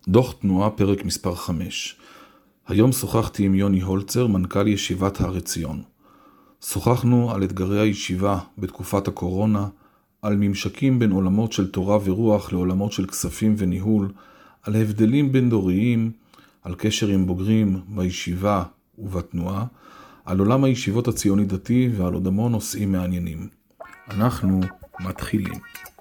דוח תנועה פרק מספר 5. היום שוחחתי עם יוני הולצר, מנכ"ל ישיבת הר עציון. שוחחנו על אתגרי הישיבה בתקופת הקורונה, על ממשקים בין עולמות של תורה ורוח לעולמות של כספים וניהול, על ההבדלים בין דוריים, על קשר עם בוגרים בישיבה ובתנועה, על עולם הישיבות הציוני דתי ועל עוד המון נושאים מעניינים. אנחנו מתחילים.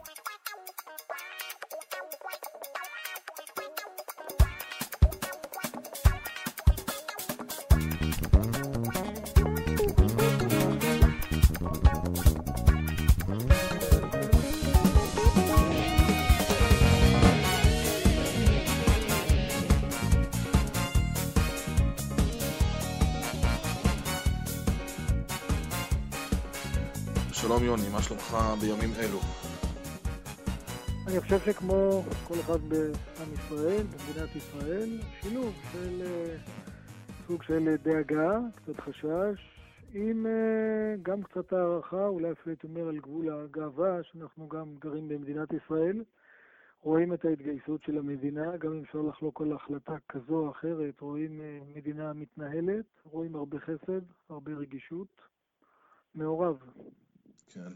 שלום יוני, מה שלומך בימים אלו? אני חושב שכמו כל אחד בעם ישראל, במדינת ישראל, שילוב של סוג של דאגה, קצת חשש, עם גם קצת הערכה, אולי אפילו הייתי אומר על גבול הגאווה, שאנחנו גם גרים במדינת ישראל, רואים את ההתגייסות של המדינה, גם אם אפשר לחלוק על החלטה כזו או אחרת, רואים מדינה מתנהלת, רואים הרבה חסד, הרבה רגישות, מעורב. כן.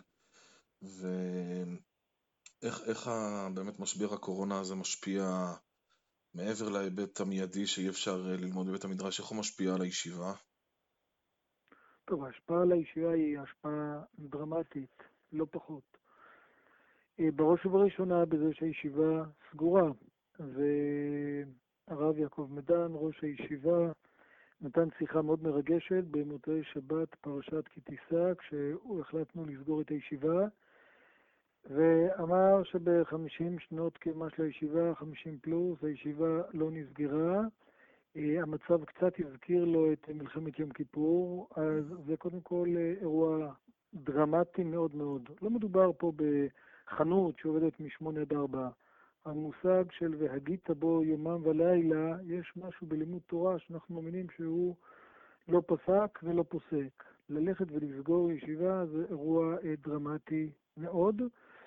ואיך באמת משבר הקורונה הזה משפיע, מעבר להיבט המיידי שאי אפשר ללמוד בבית המדרש, איך הוא משפיע על הישיבה? טוב, ההשפעה על הישיבה היא השפעה דרמטית, לא פחות. בראש ובראשונה בזה שהישיבה סגורה, והרב יעקב מדן, ראש הישיבה, נתן שיחה מאוד מרגשת במוצאי שבת פרשת כי תישא, כשהוא החלטנו לסגור את הישיבה, ואמר ב50 שנות קיומה של הישיבה, 50 פלוס, הישיבה לא נסגרה. המצב קצת הזכיר לו את מלחמת יום כיפור, אז זה קודם כל אירוע דרמטי מאוד מאוד. לא מדובר פה בחנות שעובדת מ8 עד 4. המושג של והגית בו יומם ולילה, יש משהו בלימוד תורה שאנחנו מאמינים שהוא לא פסק ולא פוסק. ללכת ולסגור ישיבה זה אירוע דרמטי מאוד,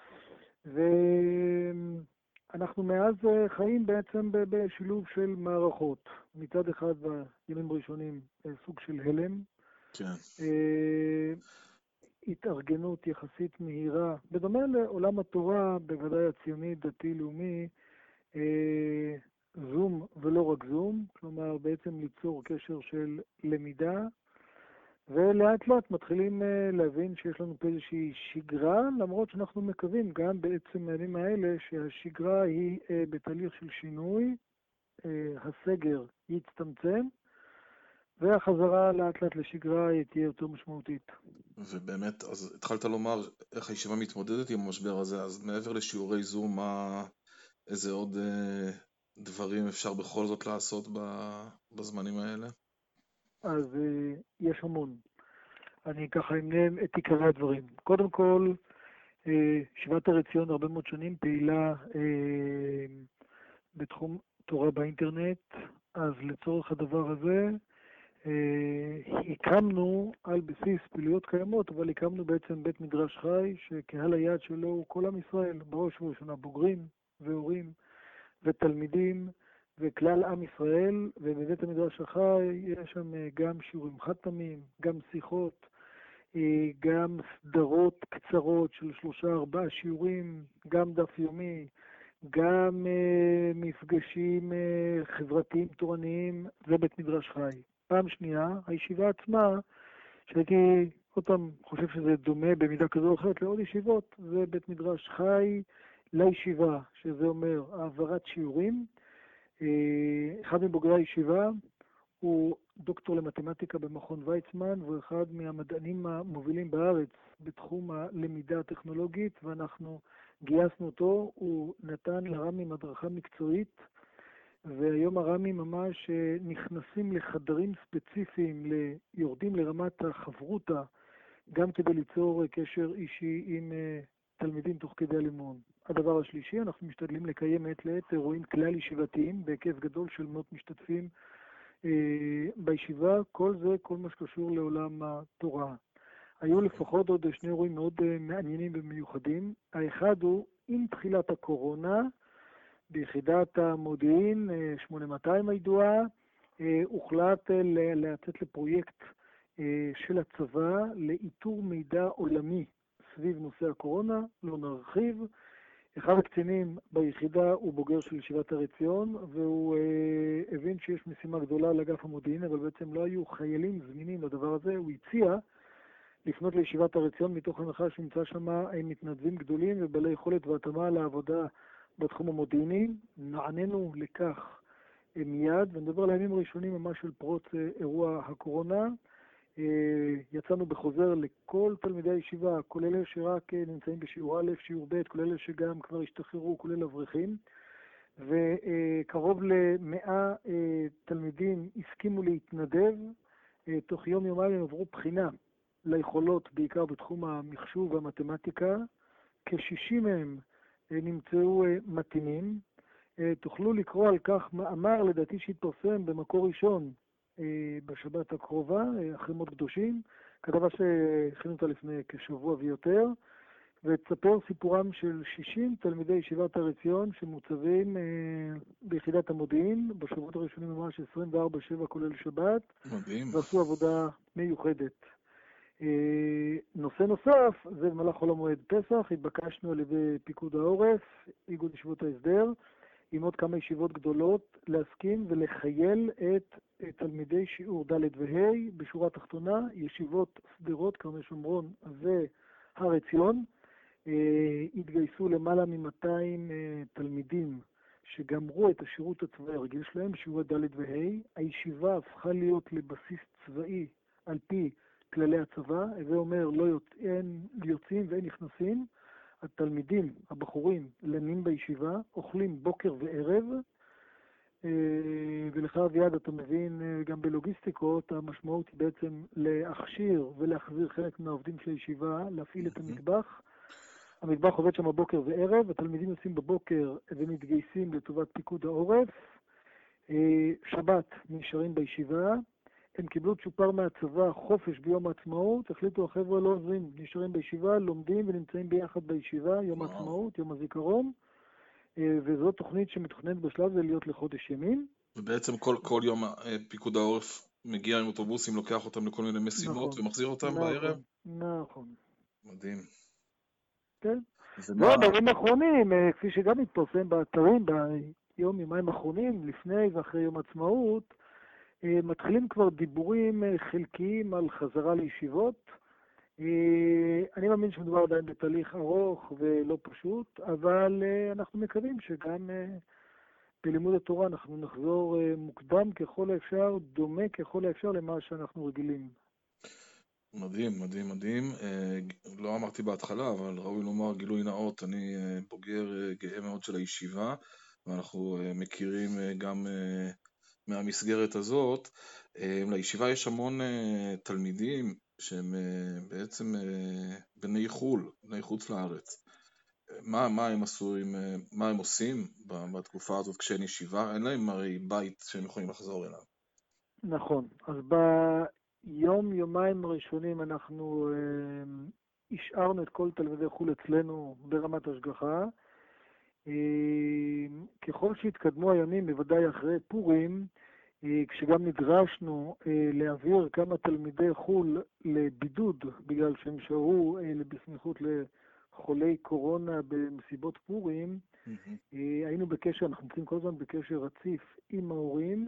ואנחנו מאז חיים בעצם בשילוב של מערכות. מצד אחד בימים ראשונים סוג של הלם, כן. התארגנות יחסית מהירה, בדומה לעולם התורה, בוודאי הציוני, דתי, לאומי, זום ולא רק זום, כלומר בעצם ליצור קשר של למידה, ולאט לאט מתחילים להבין שיש לנו פה איזושהי שגרה, למרות שאנחנו מקווים גם בעצם הימים האלה שהשגרה היא בתהליך של שינוי, הסגר יצטמצם, והחזרה לאט לאט לשגרה תהיה יותר משמעותית. ובאמת, אז התחלת לומר איך הישיבה מתמודדת עם המשבר הזה, אז מעבר לשיעורי זום, איזה עוד דברים אפשר בכל זאת לעשות בזמנים האלה? אז יש המון. אני ככה אמנה את עיקרי הדברים. קודם כל, ישיבת הר עציון הרבה מאוד שנים פעילה בתחום תורה באינטרנט, אז לצורך הדבר הזה הקמנו על בסיס פעילויות קיימות, אבל הקמנו בעצם בית מדרש חי, שקהל היעד שלו הוא כל עם ישראל, בראש ובראשונה בוגרים והורים ותלמידים וכלל עם ישראל, ובבית המדרש החי יש שם גם שיעורים חד-פעמיים, גם שיחות, גם סדרות קצרות של 3-4 שיעורים, גם דף יומי, גם מפגשים חברתיים תורניים, זה בית מדרש חי. פעם שנייה, הישיבה עצמה, שהייתי אותם חושב שזה דומה במידה כזו או אחרת לעוד ישיבות, זה בית מדרש חי לישיבה, שזה אומר העברת שיעורים. אחד מבוגרי הישיבה הוא דוקטור למתמטיקה במכון ויצמן, והוא אחד מהמדענים המובילים בארץ בתחום הלמידה הטכנולוגית, ואנחנו גייסנו אותו. הוא נתן לרמים הדרכה מקצועית, והיום הרמים ממש נכנסים לחדרים ספציפיים, יורדים לרמת החברותה, גם כדי ליצור קשר אישי עם תלמידים תוך כדי הלימוד. הדבר השלישי, אנחנו משתדלים לקיים מעת לעת אירועים כלל ישיבתיים בהיקף גדול של מאות משתתפים בישיבה, כל זה, כל מה שקשור לעולם התורה. היו לפחות עוד שני אירועים מאוד מעניינים ומיוחדים. האחד הוא עם תחילת הקורונה, ביחידת המודיעין 8200 הידועה, הוחלט לצאת לפרויקט של הצבא לאיתור מידע עולמי סביב נושא הקורונה, לא נרחיב. אחד הקצינים ביחידה הוא בוגר של ישיבת הר עציון, והוא הבין שיש משימה גדולה לאגף המודיעין, אבל בעצם לא היו חיילים זמינים לדבר הזה. הוא הציע לפנות לישיבת הר עציון מתוך הנחה שנמצא שם מתנדבים גדולים ובעלי יכולת והתאמה לעבודה בתחום המודיעיני. נענינו לכך מיד, ונדבר על הימים הראשונים ממש של פרוץ אירוע הקורונה. יצאנו בחוזר לכל תלמידי הישיבה, כולל אלה שרק נמצאים בשיעור א', שיעור ב', כולל אלה שגם כבר השתחררו, כולל אברכים, וקרוב ל100 תלמידים הסכימו להתנדב. תוך יום-יומיים הם עברו בחינה ליכולות, בעיקר בתחום המחשוב והמתמטיקה. כ-60 מהם נמצאו מתאימים. תוכלו לקרוא על כך מאמר, לדעתי שהתפרסם במקור ראשון בשבת הקרובה, אחרי מות קדושים, כתבה שהכינו אותה לפני כשבוע ויותר, ותספר סיפורם של 60 תלמידי ישיבת הר עציון שמוצבים ביחידת המודיעין, בשבועות הראשונים ממש 24/7 כולל שבת, מדהים. ועשו עבודה מיוחדת. נושא נוסף, זה במהלך חול המועד פסח, התבקשנו על ידי פיקוד העורף, איגוד ישיבות ההסדר, עם עוד כמה ישיבות גדולות, להסכים ולחייל את תלמידי שיעור ד' וה'. בשורה התחתונה, ישיבות סדרות, כרמי שומרון והר עציון, התגייסו למעלה מ-200 תלמידים שגמרו את השירות הצבאי הרגיל שלהם, שיעורי ד' וה'. הישיבה הפכה להיות לבסיס צבאי על פי כללי הצבא, זה אומר אין יוצאים ואין נכנסים. התלמידים, הבחורים, לנים בישיבה, אוכלים בוקר וערב, ולך אביעד אתה מבין גם בלוגיסטיקות, המשמעות היא בעצם להכשיר ולהחזיר חלק מהעובדים של הישיבה, להפעיל את המטבח. המטבח עובד שם בבוקר וערב, התלמידים יוצאים בבוקר ומתגייסים לטובת פיקוד העורף. שבת נשארים בישיבה, הם קיבלו צ'ופר מהצבא, חופש ביום העצמאות, החליטו החבר'ה לא עוזרים, נשארים בישיבה, לומדים ונמצאים ביחד בישיבה, יום העצמאות, יום הזיכרון, וזו תוכנית שמתוכננת בשלב זה להיות לחודש ימים. ובעצם כל יום פיקוד העורף מגיע עם אוטובוסים, לוקח אותם לכל מיני מסיבות ומחזיר אותם בערב? נכון. מדהים. כן. בימים האחרונים, כפי שגם מתפרסם באתרים, ביום-יומיים האחרונים, לפני ואחרי יום העצמאות, מתחילים כבר דיבורים חלקיים על חזרה לישיבות. אני מאמין שמדובר עדיין בתהליך ארוך ולא פשוט, אבל אנחנו מקווים שגם בלימוד התורה אנחנו נחזור מוקדם ככל האפשר, דומה ככל האפשר למה שאנחנו רגילים. מדהים, מדהים, מדהים. לא אמרתי בהתחלה, אבל ראוי לומר גילוי נאות, אני בוגר גאה מאוד של הישיבה, ואנחנו מכירים גם מהמסגרת הזאת. לישיבה יש המון תלמידים שהם בעצם בני חו"ל, בני חוץ לארץ. מה הם עשו, מה הם עושים בתקופה הזאת כשאין ישיבה? אין להם הרי בית שהם יכולים לחזור אליו. נכון, אז יומיים הראשונים אנחנו השארנו את כל תלמידי חו"ל אצלנו ברמת השגחה. ככל שהתקדמו הימים, בוודאי אחרי פורים, כשגם נדרשנו להעביר כמה תלמידי חו"ל לבידוד, בגלל שהם שהו בסמיכות לחולי קורונה במסיבות פורים, היינו בקשר, אנחנו נמצאים כל הזמן בקשר רציף עם ההורים,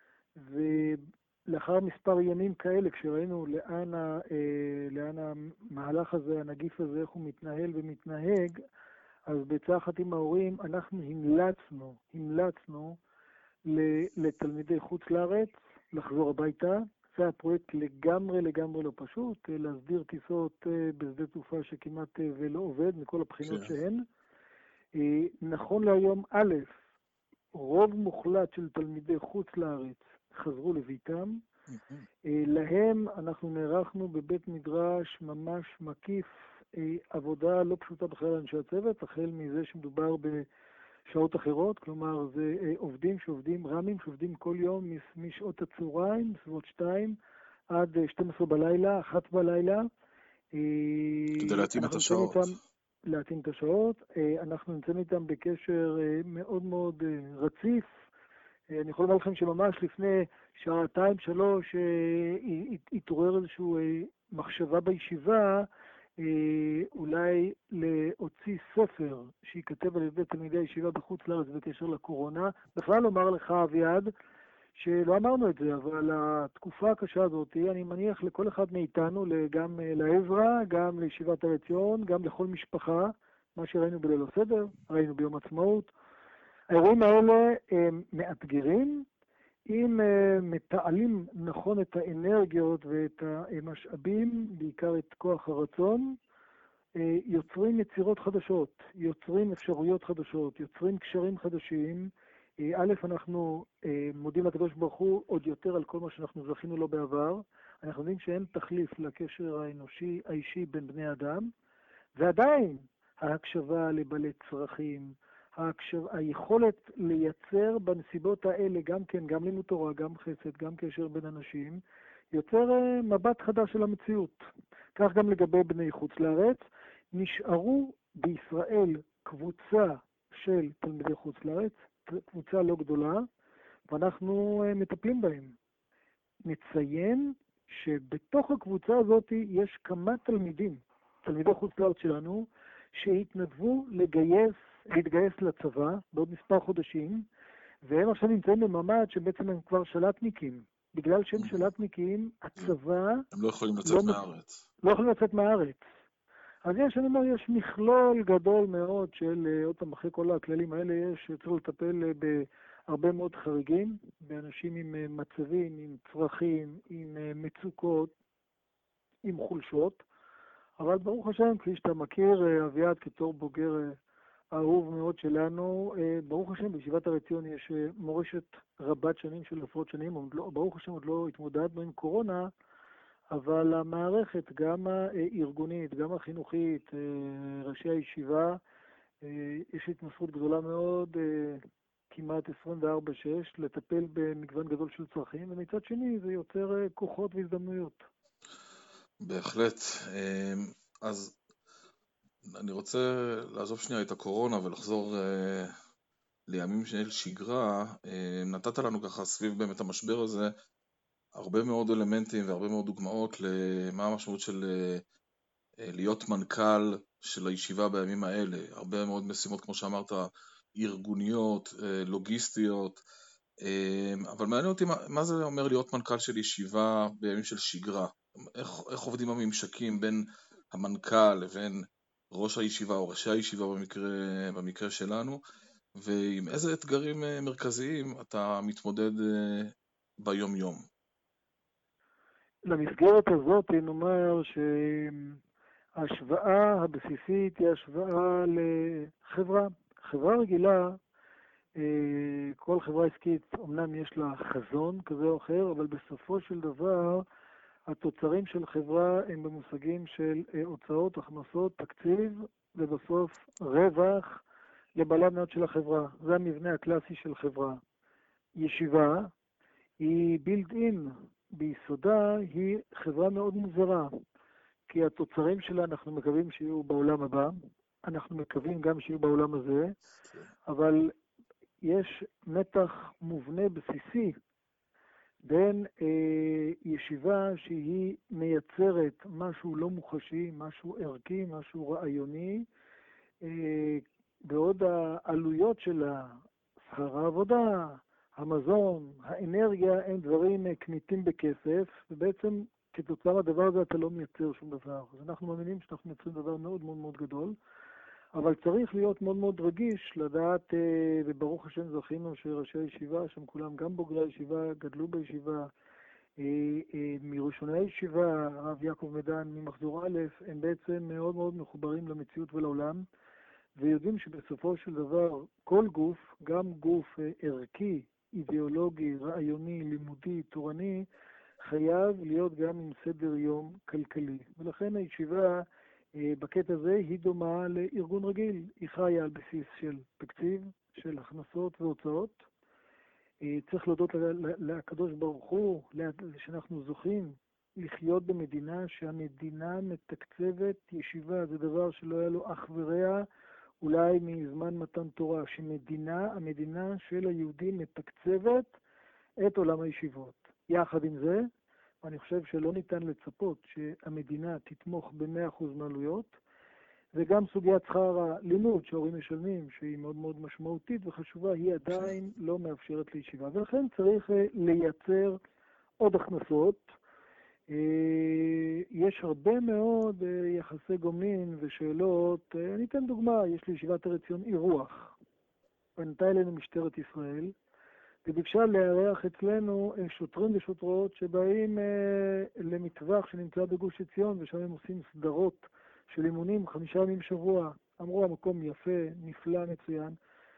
לאחר מספר ימים כאלה, כשראינו לאן המהלך הזה, הנגיף הזה, איך הוא מתנהל ומתנהג, אז בעצה אחת עם ההורים, אנחנו המלצנו לתלמידי חוץ לארץ לחזור הביתה. זה הפרויקט לגמרי לא פשוט, להסדיר טיסות בשדה תעופה שכמעט ולא עובד, מכל הבחינות שהן. נכון להיום, א', רוב מוחלט של תלמידי חוץ לארץ חזרו לביתם. להם אנחנו נערכנו בבית מדרש ממש מקיף, עבודה לא פשוטה בכלל לאנשי הצוות, החל מזה שמדובר בשעות אחרות, כלומר זה עובדים רמים שעובדים כל יום משעות הצהריים, סביבות 2 עד 12 בלילה, 1 בלילה. כדי להתאים את השעות. להתאים את השעות. אנחנו נמצאים איתם בקשר מאוד מאוד רציף. אני יכול לומר לכם שממש לפני שעתיים, שלוש, התעורר איזושהי מחשבה בישיבה, אולי להוציא ספר שייכתב על ידי תלמידי הישיבה בחוץ לארץ בקשר לקורונה. בכלל לומר לך, אביעד, שלא אמרנו את זה, אבל התקופה הקשה הזאת, אני מניח לכל אחד מאיתנו, גם לעזרא, גם לישיבת הר עציון, גם לכל משפחה, מה שראינו בליל הסדר, ראינו ביום עצמאות. האירועים האלה הם מאתגרים, אם מתעלים נכון את האנרגיות ואת המשאבים, בעיקר את כוח הרצון, יוצרים יצירות חדשות, יוצרים אפשרויות חדשות, יוצרים קשרים חדשים. א', אנחנו מודים לקדוש ברוך הוא עוד יותר על כל מה שאנחנו זכינו לו בעבר. אנחנו יודעים שאין תחליף לקשר האנושי, האישי בין בני אדם, ועדיין ההקשבה לבעלי צרכים, היכולת לייצר בנסיבות האלה גם כן, גם לימוד תורה, גם חסד, גם קשר בין אנשים, יוצר מבט חדש של המציאות. כך גם לגבי בני חוץ לארץ, נשארו בישראל קבוצה של תלמידי חוץ לארץ, קבוצה לא גדולה, ואנחנו מטפלים בהם. נציין שבתוך הקבוצה הזאת יש כמה תלמידי חוץ לארץ שלנו, שהתנדבו להתגייס לצבא בעוד מספר חודשים, והם עכשיו נמצאים במעמד שבעצם הם כבר שלטניקים. בגלל שהם שלטניקים, הצבא... הם לא יכולים לצאת מהארץ. לא יכולים לצאת מהארץ. אז אני אומר, יש מכלול גדול מאוד של, עוד פעם, אחרי כל הכללים האלה, צריך לטפל בהרבה מאוד חריגים, באנשים עם מצבים, עם צרכים, עם מצוקות, עם חולשות. אבל ברוך השם, כפי שאתה מכיר, אביעד, כתור בוגר אהוב מאוד שלנו, ברוך השם, בישיבת הר עציון יש מורשת רבת שנים של עשרות שנים, ברוך השם עוד לא התמודדנו עם קורונה, אבל המערכת, גם הארגונית, גם החינוכית, ראשי הישיבה, יש התמסרות גדולה מאוד, כמעט 24/6, לטפל במגוון גדול של צרכים, ומצד שני זה יוצר כוחות והזדמנויות. בהחלט. אז אני רוצה לעזוב שנייה את הקורונה ולחזור לימים של שגרה. נתת לנו ככה סביב באמת המשבר הזה הרבה מאוד אלמנטים והרבה מאוד דוגמאות למה המשמעות של להיות מנכ"ל של הישיבה בימים האלה. הרבה מאוד משימות, כמו שאמרת, ארגוניות, לוגיסטיות, אבל מעניין אותי מה זה אומר להיות מנכ"ל של ישיבה בימים של שגרה. איך עובדים הממשקים בין המנכ"ל לבין ראש הישיבה או ראשי הישיבה במקרה שלנו, ועם איזה אתגרים מרכזיים אתה מתמודד ביום יום. למסגרת הזאת נאמר שההשוואה הבסיסית היא השוואה לחברה. חברה רגילה, כל חברה עסקית אמנם יש לה חזון כזה או אחר, אבל בסופו של דבר התוצרים של חברה הם במושגים של הוצאות, הכנסות, תקציב, ובסוף רווח לבעלי המניות של החברה. זה המבנה הקלאסי של חברה. ישיבה היא built in, ביסודה היא חברה מאוד מוזרה, כי התוצרים שלה אנחנו מקווים שיהיו בעולם הבא, אנחנו מקווים גם שיהיו בעולם הזה, אבל יש מתח מובנה בסיסי בין ישיבה שהיא מייצרת משהו לא מוחשי, משהו ערכי, משהו רעיוני, בעוד העלויות שלה, שכר העבודה, המזון, האנרגיה, הם דברים קניתים בכסף, ובעצם כתוצאה מהדבר הזה אתה לא מייצר שום דבר. אז אנחנו מאמינים שאנחנו מייצרים דבר מאוד מאוד מאוד גדול, אבל צריך להיות מאוד מאוד רגיש, לדעת, וברוך השם זכינו שראשי הישיבה, שהם כולם גם בוגרי הישיבה, גדלו בישיבה, מראשוני הישיבה, הרב יעקב מדן ממחזור א', הם בעצם מאוד מאוד מחוברים למציאות ולעולם, ויודעים שבסופו של דבר כל גוף, גם גוף ערכי, אידיאולוגי, רעיוני, לימודי, תורני, חייב להיות גם עם סדר יום כלכלי. ולכן הישיבה בקטע הזה היא דומה לארגון רגיל. היא חיה על בסיס של תקציב, של הכנסות והוצאות. צריך להודות לקדוש ברוך הוא שאנחנו זוכים לחיות במדינה שהמדינה מתקצבת ישיבה. זה דבר שלא היה לו אח ורע, אולי מזמן מתן תורה, המדינה של היהודים מתקצבת את עולם הישיבות. יחד עם זה, אני חושב שלא ניתן לצפות שהמדינה תתמוך ב-100% מהעלויות, וגם סוגיית שכר הלימוד שההורים משלמים, שהיא מאוד מאוד משמעותית וחשובה, היא עדיין לא מאפשרת לישיבה. ולכן צריך לייצר עוד הכנסות. יש הרבה מאוד יחסי גומלין ושאלות. אני אתן דוגמה, יש לישיבת הר עציון אירוח. פנתה אלינו משטרת ישראל, וביקשה לארח אצלנו שוטרים ושוטרות שבאים למטווח שנמצא בגוש עציון, ושם הם עושים סדרות של אימונים 5 ימים שבוע. אמרו, המקום יפה, נפלא, מצוין.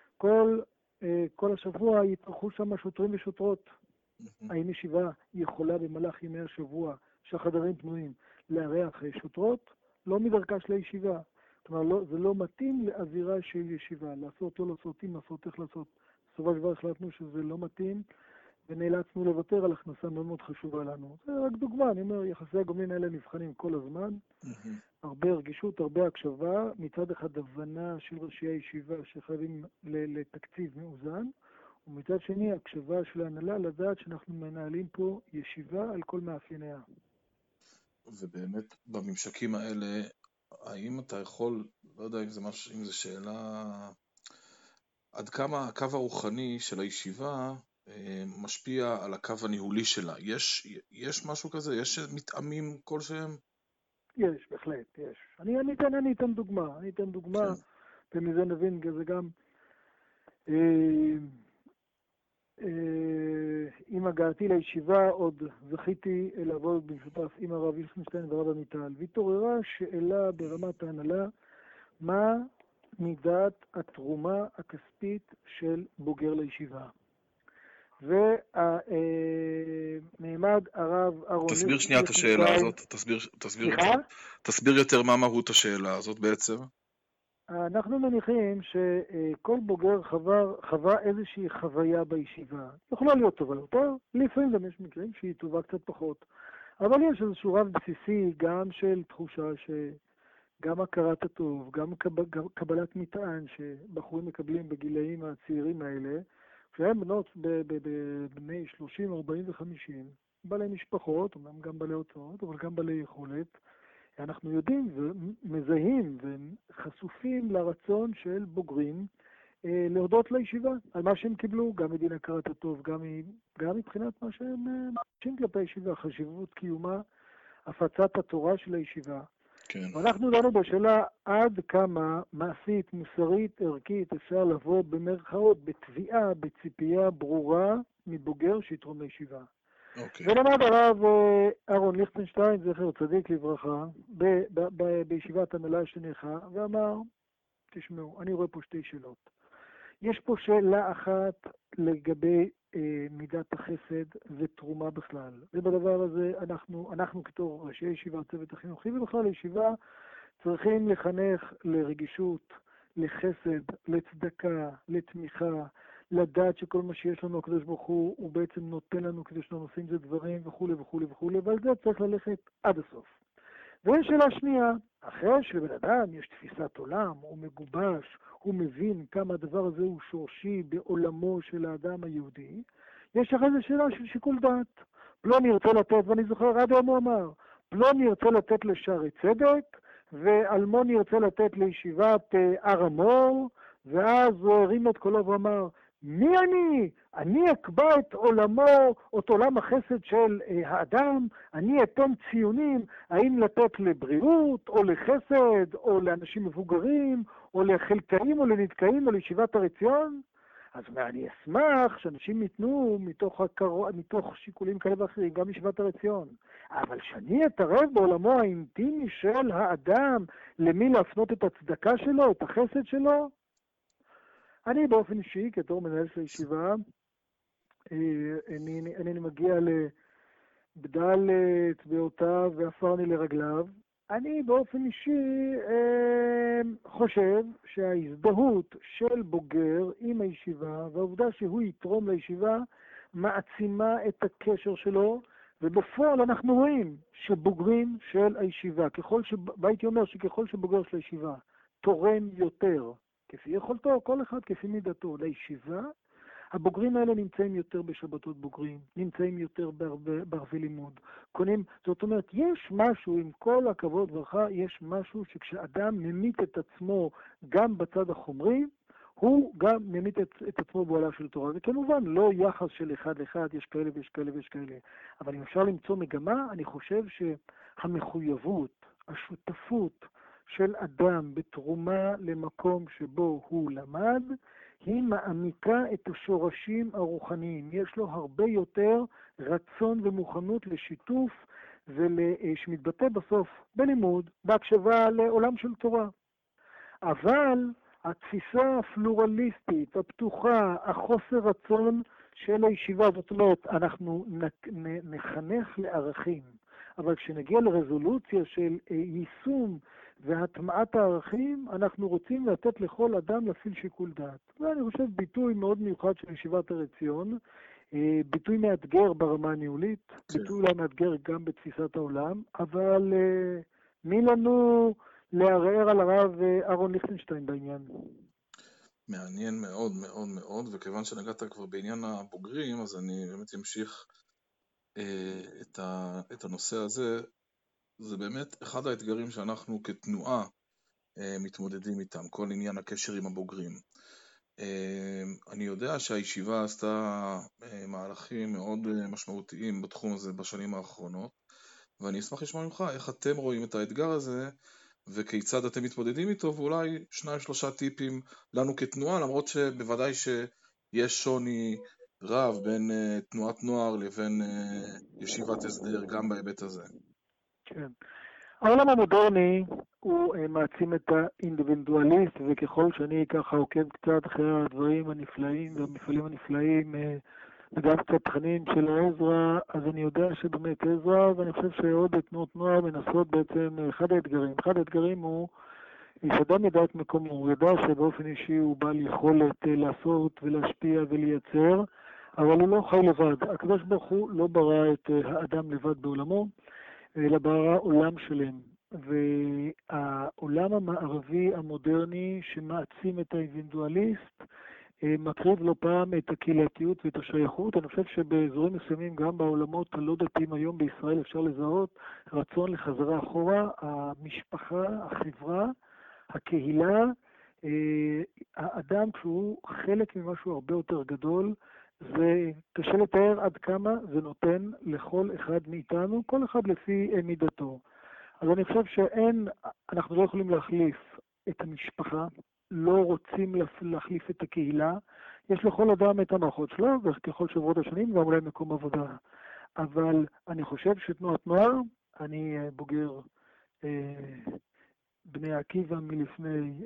כל השבוע יתרחו שם שוטרים ושוטרות. האם ישיבה יכולה במהלך ימי השבוע שהחדרים פנויים לארח שוטרות? לא מדרכה של הישיבה. כלומר, זה לא מתאים לאווירה של ישיבה. לעשות או לעשות, אם לעשות, איך לעשות. בסופו של דבר החלטנו שזה לא מתאים, ונאלצנו לוותר על הכנסה מאוד מאוד חשובה לנו. זה רק דוגמה, אני אומר, יחסי הגומלין האלה נבחנים כל הזמן. הרבה רגישות, הרבה הקשבה, מצד אחד הבנה של ראשי הישיבה שחייבים לתקציב מאוזן, ומצד שני הקשבה של ההנהלה לדעת שאנחנו מנהלים פה ישיבה על כל מאפייניה. ובאמת בממשקים האלה, האם אתה יכול, לא יודע אם זה שאלה, עד כמה הקו הרוחני של הישיבה משפיע על הקו הניהולי שלה? יש משהו כזה? יש מתאמים כלשהם? יש, בהחלט, יש. אני אתן דוגמה. כן. ומזה נבין, זה גם עם הגעתי לישיבה עוד זכיתי לעבוד במשותף עם הרב ליכטנשטיין והרב עמיטל, והתעוררה שאלה ברמת ההנהלה, מה מידת התרומה הכספית של בוגר לישיבה. ונעמד הרב אהרון... תסביר שנייה את השאלה הזאת, תסביר יותר מה מהות השאלה הזאת בעצם. אנחנו מניחים שכל בוגר חווה איזושהי חוויה בישיבה. יכולה להיות טובה יותר, לפעמים גם יש מקרים שהיא טובה קצת פחות. אבל יש איזשהו רב בסיסי גם של תחושה שגם הכרת הטוב, גם קבלת מטען שבחורים מקבלים בגילאים הצעירים האלה, כשהם בנות בני 30, 40 ו-50, בעלי משפחות, אומנם גם בעלי הוצאות, אבל גם בעלי יכולת, אנחנו יודעים ומזהים וחשופים לרצון של בוגרים להודות לישיבה על מה שהם קיבלו, גם מדין הכרת הטוב, גם מבחינת מה שהם מרגישים כלפי הישיבה, חשיבות קיומה, הפצת התורה של הישיבה. כן. ואנחנו דנו בשאלה עד כמה מעשית, מוסרית, ערכית אפשר לבוא במרכאות, בתביעה, בציפייה ברורה מבוגר שיתרום לישיבה. אוקיי. ולמד הרב אהרון ליכטנשטיין, זכר צדיק לברכה, בישיבת הנהלה שנערכה, ואמר, תשמעו, אני רואה פה 2 שאלות. יש פה שאלה אחת לגבי מידת החסד ותרומה בכלל. ובדבר הזה אנחנו כתור ראשי ישיבה, צוות החינוכי, ובכלל הישיבה צריכים לחנך לרגישות, לחסד, לצדקה, לתמיכה, לדעת שכל מה שיש לנו הקדוש ברוך הוא בעצם נותן לנו כדי שאנחנו עושים זה דברים וכו' וכו' וכו', ועל זה צריך ללכת עד הסוף. ויש שאלה שנייה, אחרי שלבן אדם יש תפיסת עולם, הוא מגובש, הוא מבין כמה הדבר הזה הוא שורשי בעולמו של האדם היהודי, יש אחרי זה שאלה של שיקול דעת. פלוני ירצה לתת, ואני זוכר עד היום הוא אמר, פלוני ירצה לתת לשערי צדק, ואלמוני ירצה לתת לישיבת הר המור, ואז הוא הרים את קולו ואמר, מי אני? אני אקבע את עולמו, את עולם החסד של האדם, אני אתן ציונים, האם לתת לבריאות, או לחסד, או לאנשים מבוגרים, או לחלקאים, או לנתקאים, או לישיבת הר עציון? אז אני אשמח שאנשים ייתנו מתוך שיקולים כאלה ואחרים, גם ישיבת הר עציון. אבל שאני אתערב בעולמו האינטימי של האדם, למי להפנות את הצדקה שלו, את החסד שלו? אני באופן אישי, כתור מנהל של הישיבה, אני מגיע לבדל אצבעותיו ועפרני לרגליו. אני באופן אישי חושב שההזדהות של בוגר עם הישיבה, והעובדה שהוא יתרום לישיבה, מעצימה את הקשר שלו, ובפועל אנחנו רואים שבוגרים של הישיבה, והייתי אומר שככל שבוגר של הישיבה תורם יותר, כפי יכולתו, כל אחד כפי מידתו לישיבה, הבוגרים האלה נמצאים יותר בשבתות בוגרים, נמצאים יותר בערבי לימוד, זאת אומרת, יש משהו, עם כל הכבוד וברכה, יש משהו שכשאדם ממית את עצמו גם בצד החומרי, הוא גם ממית את עצמו בעולה של תורה. וכמובן, לא יחס של אחד לאחד, יש כאלה ויש כאלה ויש כאלה. אבל אם אפשר למצוא מגמה, אני חושב שהמחויבות, השותפות של אדם בתרומה למקום שבו הוא למד, היא מעמיקה את השורשים הרוחניים. יש לו הרבה יותר רצון ומוכנות לשיתוף, שמתבטא בסוף בלימוד, בהקשבה לעולם של תורה. אבל התפיסה הפלורליסטית, הפתוחה, החוסר רצון של הישיבה, זאת אומרת, אנחנו נחנך לערכים, אבל כשנגיע לרזולוציה של יישום והטמעת הערכים, אנחנו רוצים לתת לכל אדם להפעיל שיקול דעת. ואני חושב ביטוי מאוד מיוחד של ישיבת הר עציון, ביטוי מאתגר ברמה הניהולית, ביטוי אולי מאתגר גם בתפיסת העולם, אבל מי לנו לערער על הרב אהרון ליכטנשטיין בעניין? מעניין מאוד מאוד מאוד, וכיוון שנגעת כבר בעניין הבוגרים, אז אני באמת אמשיך את הנושא הזה. זה באמת אחד האתגרים שאנחנו כתנועה מתמודדים איתם, כל עניין הקשר עם הבוגרים. אני יודע שהישיבה עשתה מהלכים מאוד משמעותיים בתחום הזה בשנים האחרונות, ואני אשמח לשמוע ממך איך אתם רואים את האתגר הזה, וכיצד אתם מתמודדים איתו, ואולי 2-3 טיפים לנו כתנועה, למרות שבוודאי שיש שוני רב בין תנועת נוער לבין ישיבת הסדר גם בהיבט הזה. כן. העולם המודרני הוא מעצים את האינדיבידואליסט, וככל שאני ככה עוקב קצת אחרי הדברים הנפלאים והמפעלים הנפלאים, וגם קצת תכנים של עזרא, אז אני יודע שבאמת עזרא, ואני חושב שעוד תנועות נוער מנסות בעצם אחד האתגרים הוא שאדם ידע את מקומו, הוא ידע שבאופן אישי הוא בעל יכולת לעשות ולהשפיע ולייצר, אבל הוא לא חי לבד. הקדוש ברוך הוא לא ברא את האדם לבד בעולמו, אלא ברא עולם שלם. והעולם המערבי המודרני שמעצים את האינדיבידואליסט, מקריב לא פעם את הקהילתיות ואת השייכות. אני חושב שבאזורים מסוימים, גם בעולמות הלא דתיים היום בישראל, אפשר לזהות רצון לחזרה אחורה, המשפחה, החברה, הקהילה, האדם כשהוא חלק ממשהו הרבה יותר גדול, זה קשה לתאר עד כמה זה נותן לכל אחד מאיתנו, כל אחד לפי מידתו. אז אני חושב אנחנו לא יכולים להחליף את המשפחה, לא רוצים להחליף את הקהילה, יש לכל אדם את המערכות שלו, וככל שעברות השנים גם אולי מקום עבודה. אבל אני חושב שתנועת נוער, אני בוגר בני עקיבא מלפני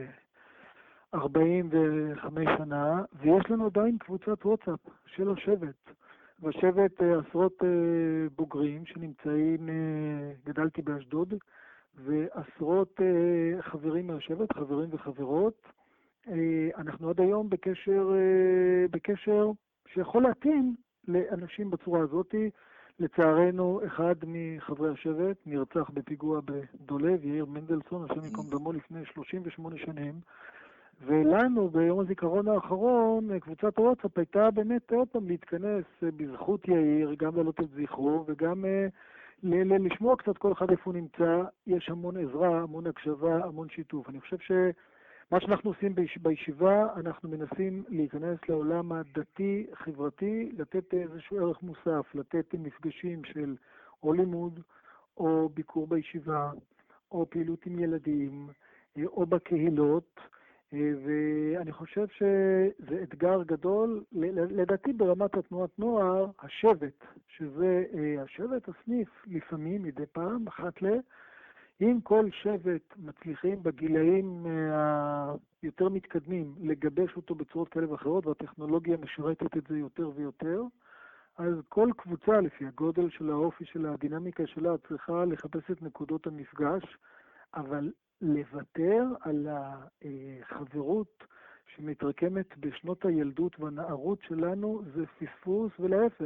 45 שנה, ויש לנו עדיין קבוצת וואטסאפ של השבט. בשבט עשרות בוגרים שנמצאים, גדלתי באשדוד, ועשרות חברים מהשבט, חברים וחברות. אנחנו עד היום בקשר שיכול להתאים לאנשים בצורה הזאת. לצערנו, אחד מחברי השבט נרצח בפיגוע בדולב, יאיר מנדלסון, השם יקום דמו, לפני 38 שנים. ולנו ביום הזיכרון האחרון, קבוצת וואטסאפ הייתה באמת עוד פעם להתכנס בזכות יאיר, גם להעלות את זכרו וגם לשמוע קצת כל אחד איפה הוא נמצא. יש המון עזרה, המון הקשבה, המון שיתוף. אני חושב שמה שאנחנו עושים בישיבה, אנחנו מנסים להיכנס לעולם הדתי, חברתי, לתת איזשהו ערך מוסף, לתת מפגשים של או לימוד, או ביקור בישיבה, או פעילות עם ילדים, או בקהילות, ואני חושב שזה אתגר גדול, לדעתי ברמת התנועת נוער, השבט, שזה השבט הסניף לפעמים מדי פעם, אחת אם כל שבט מצליחים בגילאים היותר מתקדמים לגבש אותו בצורות כאלה ואחרות, והטכנולוגיה משרתת את זה יותר ויותר, אז כל קבוצה לפי הגודל של האופי של הדינמיקה שלה צריכה לחפש את נקודות המפגש, אבל לוותר על החברות שמתרקמת בשנות הילדות והנערות שלנו זה פספוס, ולהפך.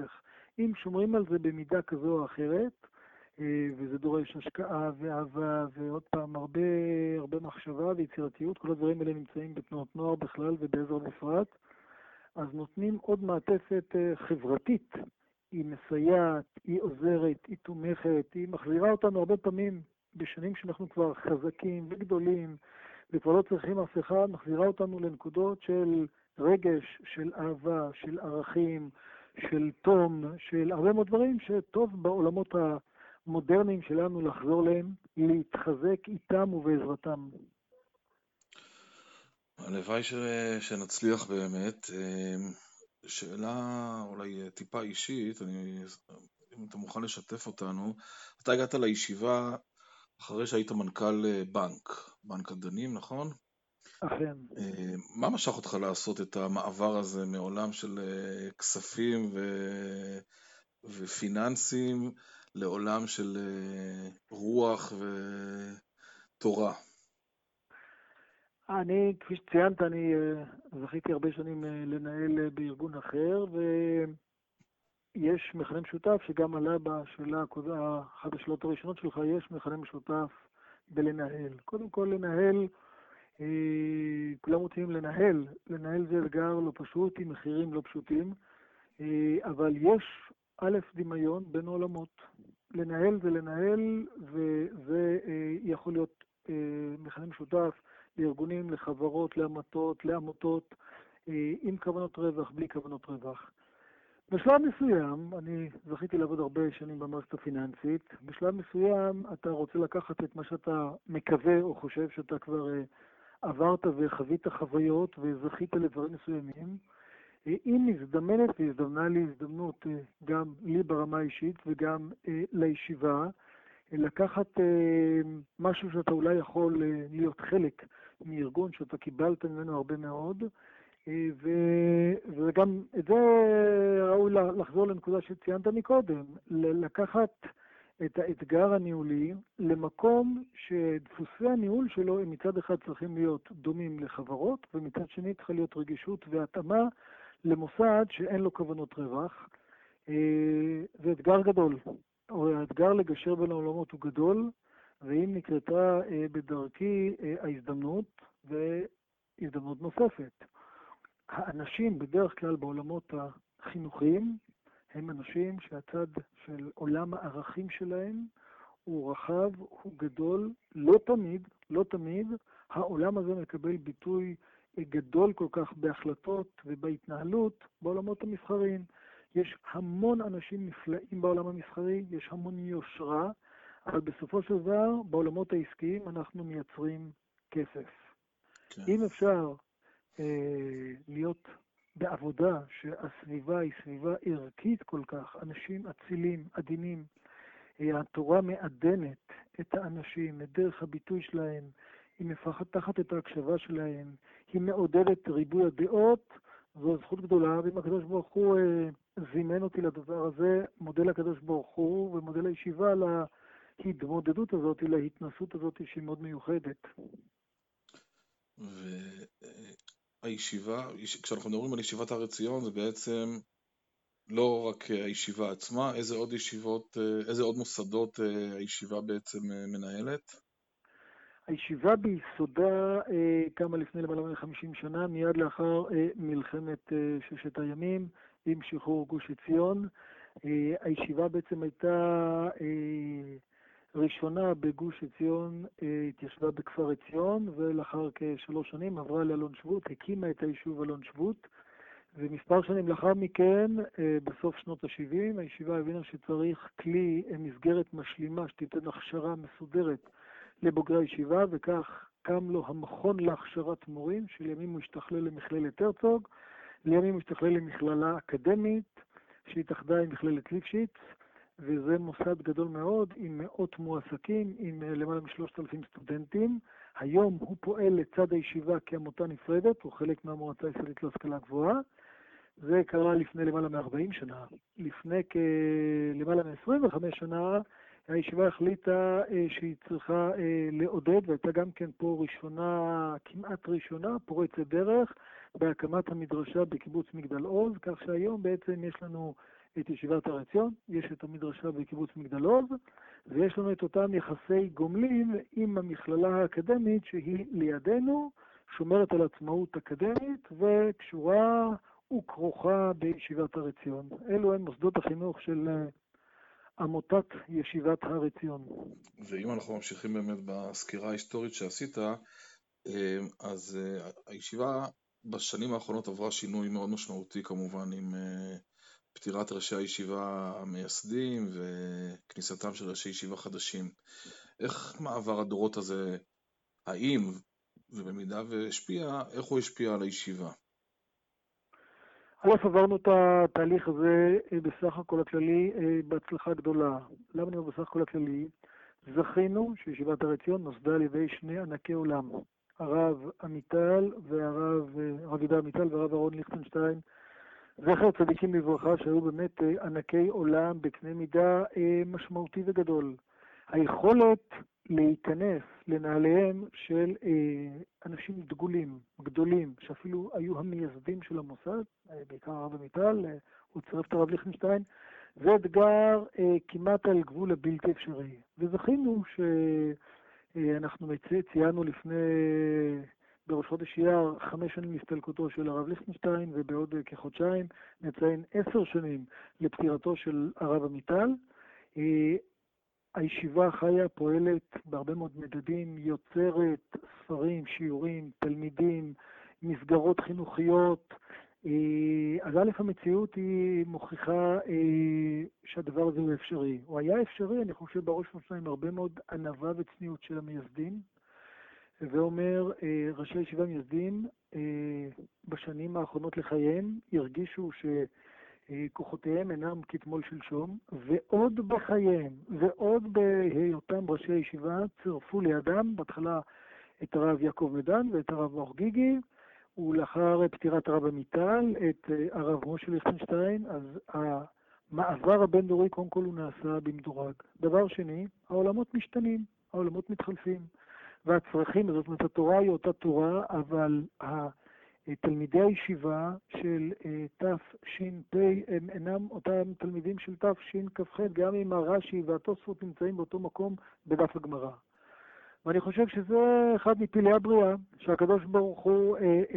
אם שומרים על זה במידה כזו או אחרת, וזה דורש השקעה ואהבה ועוד פעם הרבה מחשבה ויצירתיות, כל הדברים האלה נמצאים בתנועות נוער בכלל ובעזר בפרט, אז נותנים עוד מעטפת חברתית, היא מסייעת, היא עוזרת, היא תומכת, היא מחזירה אותנו הרבה פעמים בשנים שאנחנו כבר חזקים וגדולים וכבר לא צריכים אף אחד, מחזירה אותנו לנקודות של רגש, של אהבה, של ערכים, של תום, של הרבה מאוד דברים שטוב בעולמות המודרניים שלנו לחזור להם, להתחזק איתם ובעזרתם. הלוואי שנצליח באמת. שאלה אולי טיפה אישית, אם אתה מוכן לשתף אותנו, אתה הגעת לישיבה אחרי שהיית מנכ"ל בנק הדנים, נכון? אכן. מה משך אותך לעשות את המעבר הזה מעולם של כספים ופיננסים לעולם של רוח ותורה? כפי שציינת, אני זכיתי הרבה שנים לנהל בארגון אחר, ויש מכנה משותף שגם עלה בשאלה, אחת השאלות הראשונות שלך, יש מכנה משותף בלנהל. קודם כל לנהל, כולם רוצים לנהל זה אתגר לא פשוט עם מחירים לא פשוטים, אבל יש דמיון בין עולמות. לנהל זה לנהל, וזה יכול להיות מכנה משותף לארגונים, לחברות, לעמותות, עם כוונות רווח, בלי כוונות רווח. בשלב מסוים, אני זכיתי לעבוד הרבה שנים במערכת הפיננסית, בשלב מסוים אתה רוצה לקחת את מה שאתה מקווה או חושב שאתה כבר עברת וחווית חוויות וזכית לדברים מסוימים. אם מזדמנת והזדמנה לי הזדמנות גם לי ברמה האישית וגם לישיבה, לקחת משהו שאתה אולי יכול להיות חלק מארגון שאתה קיבלת ממנו הרבה מאוד, וגם את זה ראוי לחזור לנקודה שציינת מקודם, לקחת את האתגר הניהולי למקום שדפוסי הניהול שלו הם מצד אחד צריכים להיות דומים לחברות, ומצד שני צריכה להיות רגישות והתאמה למוסד שאין לו כוונות רווח. זה אתגר גדול. האתגר לגשר בין העולמות הוא גדול, ואם נקרתה בדרכי ההזדמנות והזדמנות נוספת. האנשים בדרך כלל בעולמות החינוכיים הם אנשים שהצד של עולם הערכים שלהם הוא רחב, הוא גדול, לא תמיד העולם הזה מקבל ביטוי גדול כל כך בהחלטות ובהתנהלות בעולמות המסחריים. יש המון אנשים נפלאים בעולם המסחרי, יש המון יושרה, אבל בסופו של דבר בעולמות העסקיים אנחנו מייצרים כסף. כן. אם אפשר להיות בעבודה שהסביבה היא סביבה ערכית כל כך, אנשים אצילים, עדינים, התורה מעדנת את האנשים, את דרך הביטוי שלהם, היא מפתחת את ההקשבה שלהם, היא מעודדת ריבוי הדעות, זו זכות גדולה, ואם הקדוש ברוך הוא זימן אותי לדבר הזה, מודה לקדוש ברוך הוא ומודה לישיבה להתמודדות הזאת, להתנסות הזאת שהיא מאוד מיוחדת. והישיבה, כשאנחנו מדברים על ישיבת הר עציון, זה בעצם לא רק הישיבה עצמה, איזה עוד מוסדות הישיבה בעצם מנהלת? הישיבה ביסודה קמה לפני למעלה מ-50 שנה, מיד לאחר מלחמת ששת הימים עם שחרור גוש עציון. הישיבה בעצם הייתה ראשונה בגוש עציון, התיישבה בכפר עציון, ולאחר כ3 שנים עברה לאלון שבות, הקימה את היישוב אלון שבות, ומספר שנים לאחר מכן, בסוף שנות ה-70, הישיבה הבינה שצריך כלי, מסגרת משלימה שתיתן הכשרה מסודרת לבוגרי הישיבה, וכך קם לו המכון להכשרת מורים, שלימים הוא השתכלל למכללת הרצוג, לימים הוא השתכלל למכללה אקדמית, שהתאחדה עם מכללת ליפשיץ, וזה מוסד גדול מאוד עם מאות מועסקים, עם למעלה מ3,000 סטודנטים. היום הוא פועל לצד הישיבה כעמותה נפרדת, הוא חלק מהמועצה הישראלית להשכלה גבוהה. זה קרה לפני למעלה מ-40 שנה. לפני למעלה מ-25 שנה, הישיבה החליטה שהיא צריכה לעודד, והייתה גם כן פה ראשונה, כמעט ראשונה, פורצת דרך, בהקמת המדרשה בקיבוץ מגדל עוז, כך שהיום בעצם יש לנו את ישיבת הר עציון, יש את המדרשה בקיבוץ מגדל עוז, ויש לנו את אותם יחסי גומלין עם המכללה האקדמית שהיא לידינו, שומרת על עצמאות אקדמית וקשורה וכרוכה בישיבת הר עציון. אלו הם מוסדות החינוך של עמותת ישיבת הר עציון. ואם אנחנו ממשיכים באמת בסקירה ההיסטורית שעשית, אז הישיבה בשנים האחרונות עברה שינוי מאוד משמעותי כמובן עם פטירת ראשי הישיבה המייסדים וכניסתם של ראשי ישיבה חדשים. איך מעבר הדורות הזה, האם ובמידה והשפיע, איך הוא השפיע על הישיבה? א', עברנו את התהליך הזה בסך הכל הכללי בהצלחה גדולה. למה אני אומר בסך הכל הכללי? זכינו שישיבת הר עציון נוסדה על ידי שני ענקי עולם, הרב עמיטל והרב יהודה עמיטל והרב אהרון ליכטנשטיין, זכר צדיקים לברכה, שהיו באמת ענקי עולם בקנה מידה משמעותי וגדול. היכולת להיכנס לנעליהם של אנשים דגולים, גדולים, שאפילו היו המייסדים של המוסד, בעיקר הרב עמיטל, הוא צירף את הרב ליכטנשטיין, זה אתגר כמעט על גבול הבלתי אפשרי. וזכינו שאנחנו ציינו לפני, בראש חודש אייר, 5 שנים להסתלקותו של הרב ליכטנשטיין, ובעוד כחודשיים נציין 10 שנים לפטירתו של הרב עמיטל. הישיבה חיה, פועלת בהרבה מאוד מדדים, יוצרת ספרים, שיעורים, תלמידים, מסגרות חינוכיות. אז א', המציאות היא מוכיחה שהדבר הזה הוא אפשרי. הוא היה אפשרי, אני חושב, בראש ובראשונה עם הרבה מאוד ענווה וצניעות של המייסדים. ואומר, ראשי הישיבה המייסדים בשנים האחרונות לחייהם הרגישו כוחותיהם אינם כתמול שלשום, ועוד בחייהם, ועוד בהיותם ראשי הישיבה, צירפו לידם, בהתחלה את הרב יעקב מדן ואת הרב מוח גיגי, ולאחר פטירת הרב עמיטל, את הרב משה ליכטנשטיין. אז המעבר הבין-דורי קודם כל הוא נעשה במדורג. דבר שני, העולמות משתנים, העולמות מתחלפים, והצרכים, זאת אומרת, התורה היא אותה תורה, אבל תלמידי הישיבה של תש"פ הם אינם אותם תלמידים של תשכ"ח, גם אם הרש"י והתוספות נמצאים באותו מקום בדף הגמרא. ואני חושב שזה אחד מפלאי הבריאה, שהקדוש ברוך הוא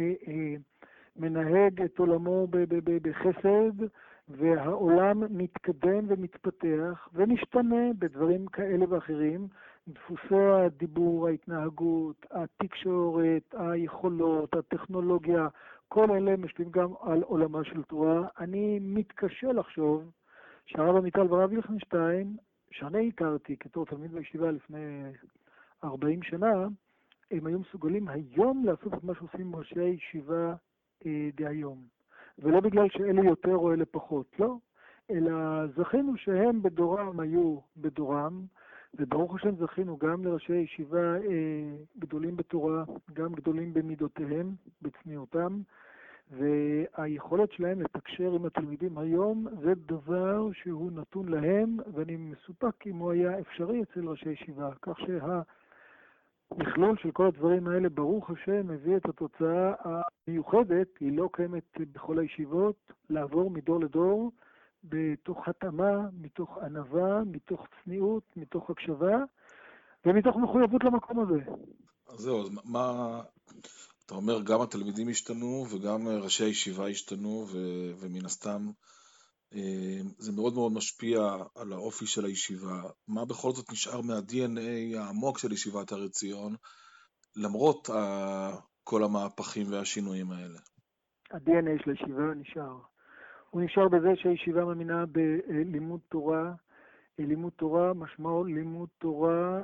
מנהג את עולמו בחסד, והעולם מתקדם ומתפתח ומשתנה בדברים כאלה ואחרים. דפוסי הדיבור, ההתנהגות, התקשורת, היכולות, הטכנולוגיה, כל אלה משפיעים גם על עולמה של תורה. אני מתקשה לחשוב שהרב עמיטל והרב ליכטנשטיין, שאני הכרתי כתור תלמיד בישיבה לפני 40 שנה, הם היו מסוגלים היום לעשות את מה שעושים ראשי הישיבה דהיום. ולא בגלל שאלה יותר או אלה פחות, לא. אלא זכינו שהם בדורם היו בדורם, וברוך השם זכינו גם לראשי ישיבה גדולים בתורה, גם גדולים במידותיהם, בצניעותם, והיכולת שלהם לתקשר עם התלמידים היום זה דבר שהוא נתון להם, ואני מסופק אם הוא היה אפשרי אצל ראשי ישיבה, כך מכלול של כל הדברים האלה, ברוך השם, מביא את התוצאה המיוחדת, היא לא קיימת בכל הישיבות, לעבור מדור לדור, בתוך התאמה, מתוך ענווה, מתוך צניעות, מתוך הקשבה, ומתוך מחויבות למקום הזה. אז זהו, אז מה, אתה אומר, גם התלמידים השתנו, וגם ראשי הישיבה השתנו, ומן הסתם, זה מאוד מאוד משפיע על האופי של הישיבה. מה בכל זאת נשאר מה-DNA העמוק של ישיבת הר עציון, למרות כל המהפכים והשינויים האלה? ה-DNA של הישיבה נשאר. הוא נשאר בזה שהישיבה מאמינה בלימוד תורה. לימוד תורה משמעו לימוד תורה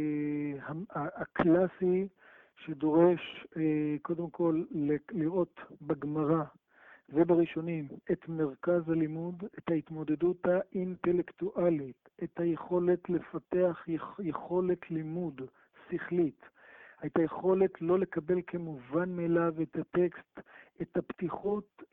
הקלאסי, שדורש קודם כל לראות בגמרא ובראשונים את מרכז הלימוד, את ההתמודדות האינטלקטואלית, את היכולת לפתח יכולת לימוד שכלית, את היכולת לא לקבל כמובן מאליו את הטקסט, את הפתיחות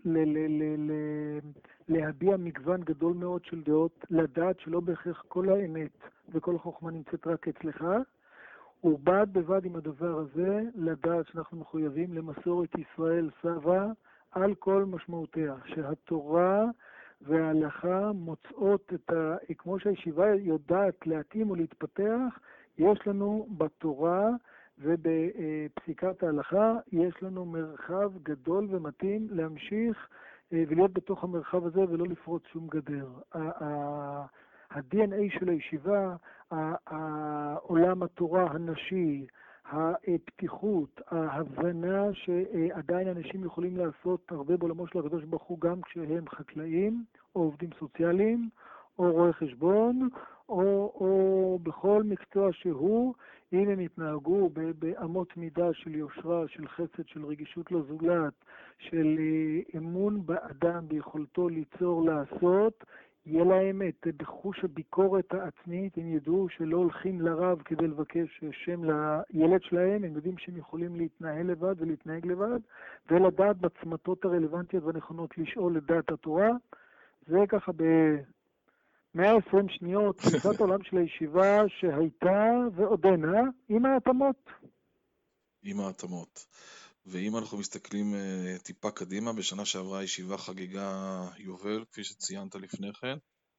להביע מגוון גדול מאוד של דעות, לדעת שלא בהכרח כל האמת וכל החוכמה נמצאת רק אצלך, ובד בבד עם הדבר הזה, לדעת שאנחנו מחויבים למסורת ישראל סבא על כל משמעותיה, שהתורה וההלכה מוצאות כמו שהישיבה יודעת להתאים ולהתפתח, יש לנו בתורה ובפסיקת ההלכה, יש לנו מרחב גדול ומתאים להמשיך ולהיות בתוך המרחב הזה ולא לפרוץ שום גדר. ה-DNA של הישיבה, עולם התורה הנשי, הפתיחות, ההבנה שעדיין אנשים יכולים לעשות הרבה בעולמו של הקדוש ברוך הוא גם כשהם חקלאים או עובדים סוציאליים או רואי חשבון או בכל מקצוע שהוא, אם הם יתנהגו באמות מידה של יושרה, של חסד, של רגישות לזולת, של אמון באדם ביכולתו ליצור, לעשות, יהיה להם בחוש הביקורת העצמית, הם ידעו שלא הולכים לרב כדי לבקש שם לילד שלהם, הם יודעים שהם יכולים להתנהל לבד ולהתנהג לבד, ולדעת בצמתות הרלוונטיות והנכונות לשאול לדעת התורה. זה ככה ב-120 שניות, תפיסת העולם של הישיבה שהייתה ועודנה עם ההתאמות. עם ההתאמות. ואם אנחנו מסתכלים טיפה קדימה, בשנה שעברה הישיבה חגיגה יובל, כפי שציינת לפני כן.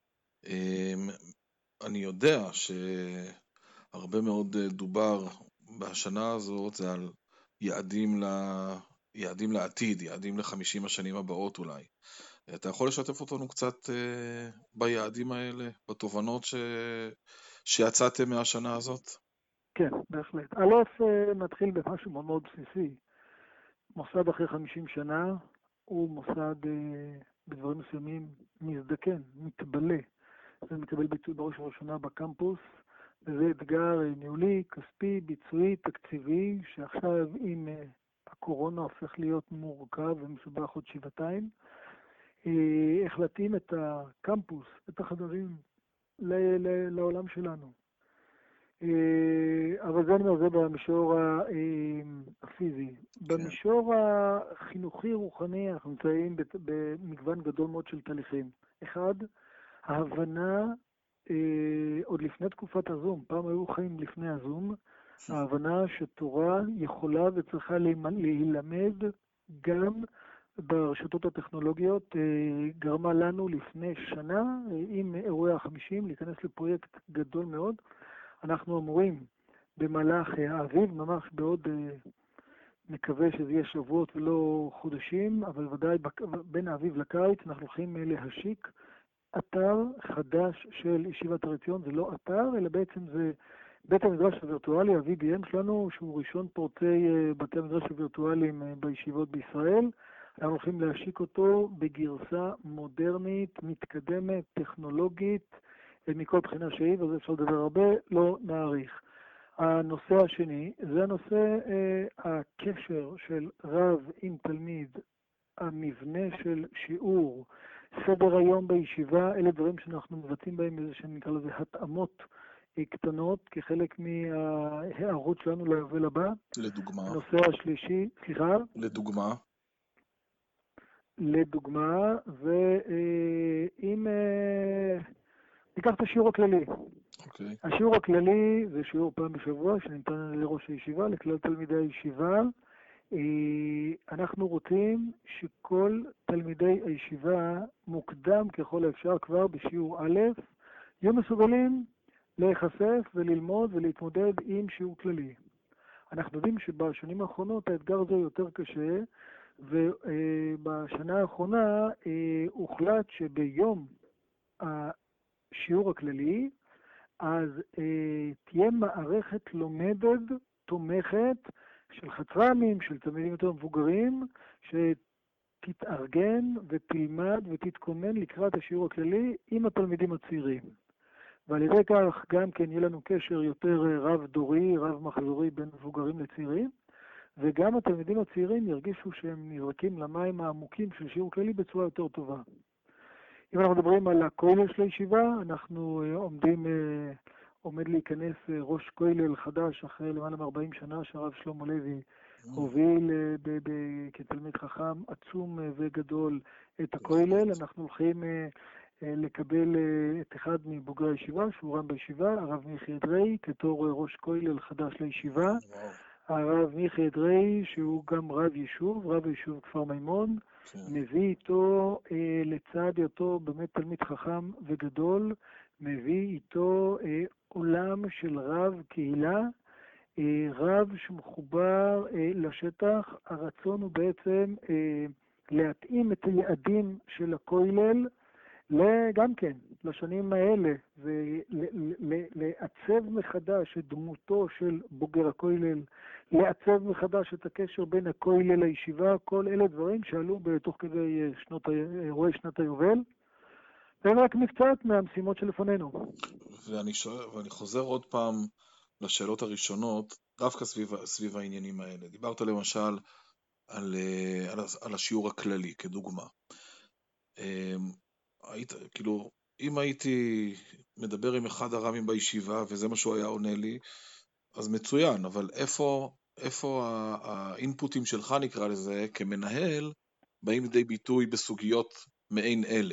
אני יודע שהרבה מאוד דובר בשנה הזאת זה על יעדים לעתיד, יעדים ל50 השנים הבאות אולי. אתה יכול לשתף אותנו קצת ביעדים האלה, בתובנות שיצאתם מהשנה הזאת? כן, בהחלט. א', נתחיל במשהו מאוד מאוד בסיסי. מוסד אחרי 50 שנה הוא מוסד בדברים מסוימים מזדקן, מתבלה. זה מקבל ביצוע בראש ובראשונה בקמפוס, וזה אתגר ניהולי, כספי, ביצועי, תקציבי, שעכשיו עם הקורונה הופך להיות מורכב ומסובך עוד שבעתיים. החלטים את הקמפוס, את החדרים לעולם שלנו. אבל זה אני אומר, זה במישור הפיזי. במישור החינוכי-רוחני אנחנו נמצאים במגוון גדול מאוד של תהליכים. אחד, ההבנה, עוד לפני תקופת הזום, פעם היו חיים לפני הזום, ההבנה שתורה יכולה וצריכה להילמד גם ברשתות הטכנולוגיות, גרמה לנו לפני שנה, עם אירועי ה50, להיכנס לפרויקט גדול מאוד. אנחנו אמורים במהלך האביב, ממש בעוד, מקווה שזה יהיה שבועות ולא חודשים, אבל ודאי בין האביב לקיץ אנחנו הולכים להשיק אתר חדש של ישיבת הר עציון. זה לא אתר, אלא בעצם זה בית המדרש הווירטואלי, ה-VBM שלנו, שהוא ראשון פורצי בתי המדרש הווירטואליים בישיבות בישראל. אנחנו הולכים להשיק אותו בגרסה מודרנית, מתקדמת, טכנולוגית, מכל בחינה שהיא, וזה אפשר לדבר הרבה, לא נעריך. הנושא השני, זה הנושא, הקשר של רב עם תלמיד, המבנה של שיעור, סדר היום בישיבה, אלה דברים שאנחנו מבצעים בהם איזה שנקרא לזה התאמות קטנות, כחלק מההערות שלנו ליובל הבא. לדוגמה. הנושא השלישי, סליחה? לדוגמה, ואם ניקח את השיעור הכללי. Okay. השיעור הכללי זה שיעור פעם בשבוע שניתן לראש הישיבה, לכלל תלמידי הישיבה. אנחנו רוצים שכל תלמידי הישיבה מוקדם ככל האפשר כבר בשיעור א', יהיו מסוגלים להיחשף וללמוד ולהתמודד עם שיעור כללי. אנחנו יודעים שבשנים האחרונות האתגר הזה יותר קשה, ובשנה האחרונה הוחלט שביום השיעור הכללי, אז תהיה מערכת לומדת, תומכת, של חצרמים, של תלמידים יותר מבוגרים, שתתארגן ותלמד ותתכונן לקראת השיעור הכללי עם התלמידים הצעירים. ועל ידי כך גם כן יהיה לנו קשר יותר רב דורי, רב מחזורי בין מבוגרים לצעירים, וגם התלמידים הצעירים ירגישו שהם נזרקים למים העמוקים של שיעור כללי בצורה יותר טובה. אם אנחנו מדברים על הכולל של הישיבה, אנחנו עומד להיכנס ראש כולל חדש אחרי למעלה מ-40 שנה שהרב שלמה לוי הוביל כתלמיד חכם עצום וגדול את הכולל. אנחנו הולכים לקבל את אחד מבוגרי הישיבה, שהוא רם בישיבה, הרב מיכי אדרי, כתור ראש כולל חדש לישיבה. הרב מיכי אדרי, שהוא גם רב יישוב כפר מימון, כן. מביא איתו, לצד היותו באמת תלמיד חכם וגדול, מביא איתו עולם של רב קהילה, רב שמחובר לשטח. הרצון הוא בעצם להתאים את היעדים של הכולל, גם כן, לשנים האלה, ולעצב מחדש את דמותו של בוגר הכולל, לעצב מחדש את הקשר בין הכולל לישיבה, כל אלה דברים שעלו בתוך כדי אירועי שנת היובל, והם רק מקצת מהמשימות שלפנינו. ואני חוזר עוד פעם לשאלות הראשונות, דווקא סביב העניינים האלה. דיברת למשל על השיעור הכללי, כדוגמה. כאילו, אם הייתי מדבר עם אחד הרבים בישיבה, וזה מה שהוא היה עונה לי, אז מצוין, אבל איפה האינפוטים שלך, נקרא לזה, כמנהל, באים לידי ביטוי בסוגיות מעין אלה?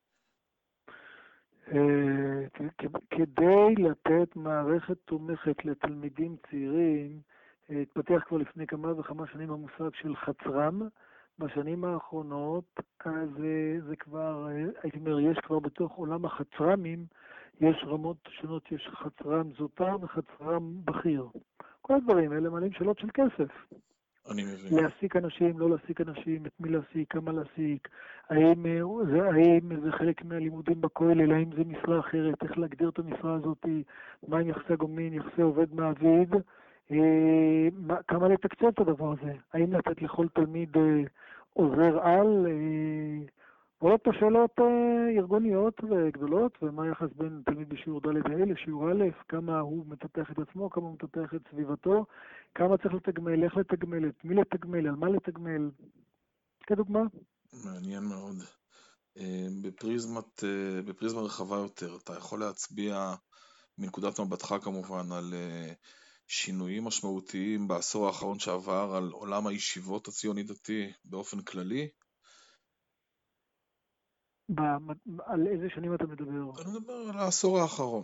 כדי לתת מערכת תומכת לתלמידים צעירים, התפתח כבר לפני כמה וכמה שנים המושג של חצרם. בשנים האחרונות, אז זה כבר, הייתי אומר, יש כבר בתוך עולם החצרמים, יש רמות שונות, יש חצרם זוטר וחצרם בכיר. כל הדברים האלה מעלים שאלות של כסף. אני מבין. להעסיק אנשים, לא להעסיק אנשים, את מי להעסיק, כמה להעסיק, האם זה חלק מהלימודים בכולל, האם זה משרה אחרת, איך להגדיר את המשרה הזאת, מה עם יחסי גומלין, יחסי עובד מעביד, כמה לתקצב את הדבר הזה, האם לתת לכל תלמיד עוזר על, עולות פה שאלות ארגוניות וגדולות, ומה היחס בין תלמיד בשיעור ד' ה' לשיעור א', כמה הוא מטפח את עצמו, כמה הוא מטפח את סביבתו, כמה צריך לתגמל, איך לתגמל, את מי לתגמל, על מה לתגמל, כדוגמה. מעניין מאוד. בפריזמה רחבה יותר, אתה יכול להצביע מנקודת מבטך כמובן על שינויים משמעותיים בעשור האחרון שעבר על עולם הישיבות הציוני דתי באופן כללי? על איזה שנים אתה מדבר? אני מדבר על העשור האחרון.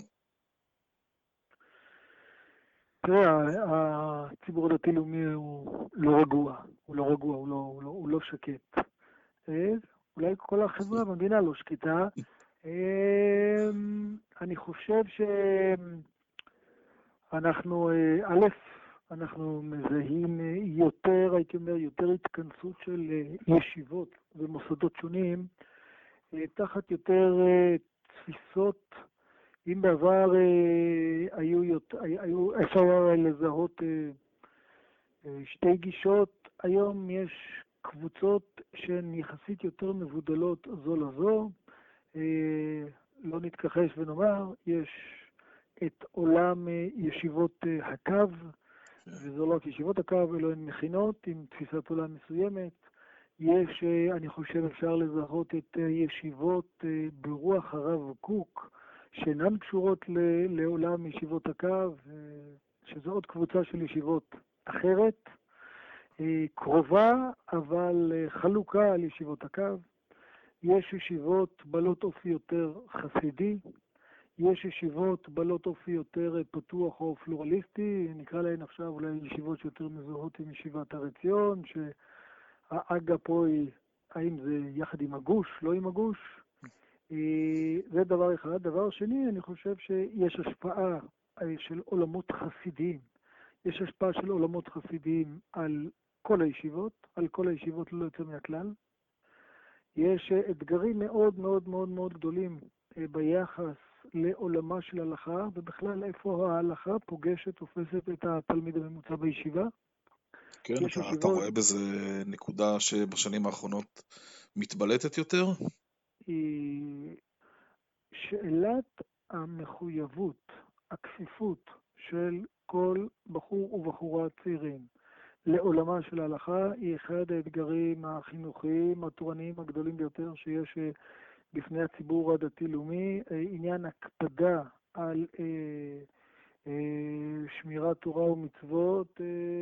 תראה, הציבור הדתי-לאומי הוא לא רגוע, הוא לא שקט. אולי כל החברה במדינה לא שקטה. אני חושב שאנחנו, אנחנו מזהים יותר, הייתי אומר, יותר התכנסות של ישיבות ומוסדות שונים, תחת יותר תפיסות. אם בעבר אפשר לזהות שתי גישות, היום יש קבוצות שהן יחסית יותר מבודלות זו לזו. לא נתכחש ונאמר, יש את עולם ישיבות הקו, וזו לא רק ישיבות הקו, אלא הן מכינות עם תפיסת עולם מסוימת. יש, אני חושב, אפשר לזהות את ישיבות ברוח הרב קוק, שאינן קשורות לעולם ישיבות הקו, שזו עוד קבוצה של ישיבות אחרת, קרובה, אבל חלוקה על ישיבות הקו. יש ישיבות בעלות אופי יותר חסידי, יש ישיבות בעלות אופי יותר פתוח או פלורליסטי, נקרא להן עכשיו אולי ישיבות שיותר מזוהות עם ישיבת הר עציון, שהאגה פה היא, האם זה יחד עם הגוש, לא עם הגוש. זה דבר אחד. דבר שני, אני חושב שיש השפעה של עולמות חסידיים. יש השפעה של עולמות חסידיים על כל הישיבות ללא יוצא מהכלל. יש אתגרים מאוד מאוד מאוד מאוד גדולים ביחס לעולמה של הלכה, ובכלל איפה ההלכה פוגשת, תופסת את התלמיד הממוצע בישיבה. כן, אתה רואה בזה נקודה שבשנים האחרונות מתבלטת יותר? שאלת המחויבות, הכפיפות של כל בחור ובחורה צעירים לעולמה של ההלכה היא אחד האתגרים החינוכיים, התורניים הגדולים ביותר שיש בפני הציבור הדתי-לאומי. עניין הקפדה על שמירת תורה ומצוות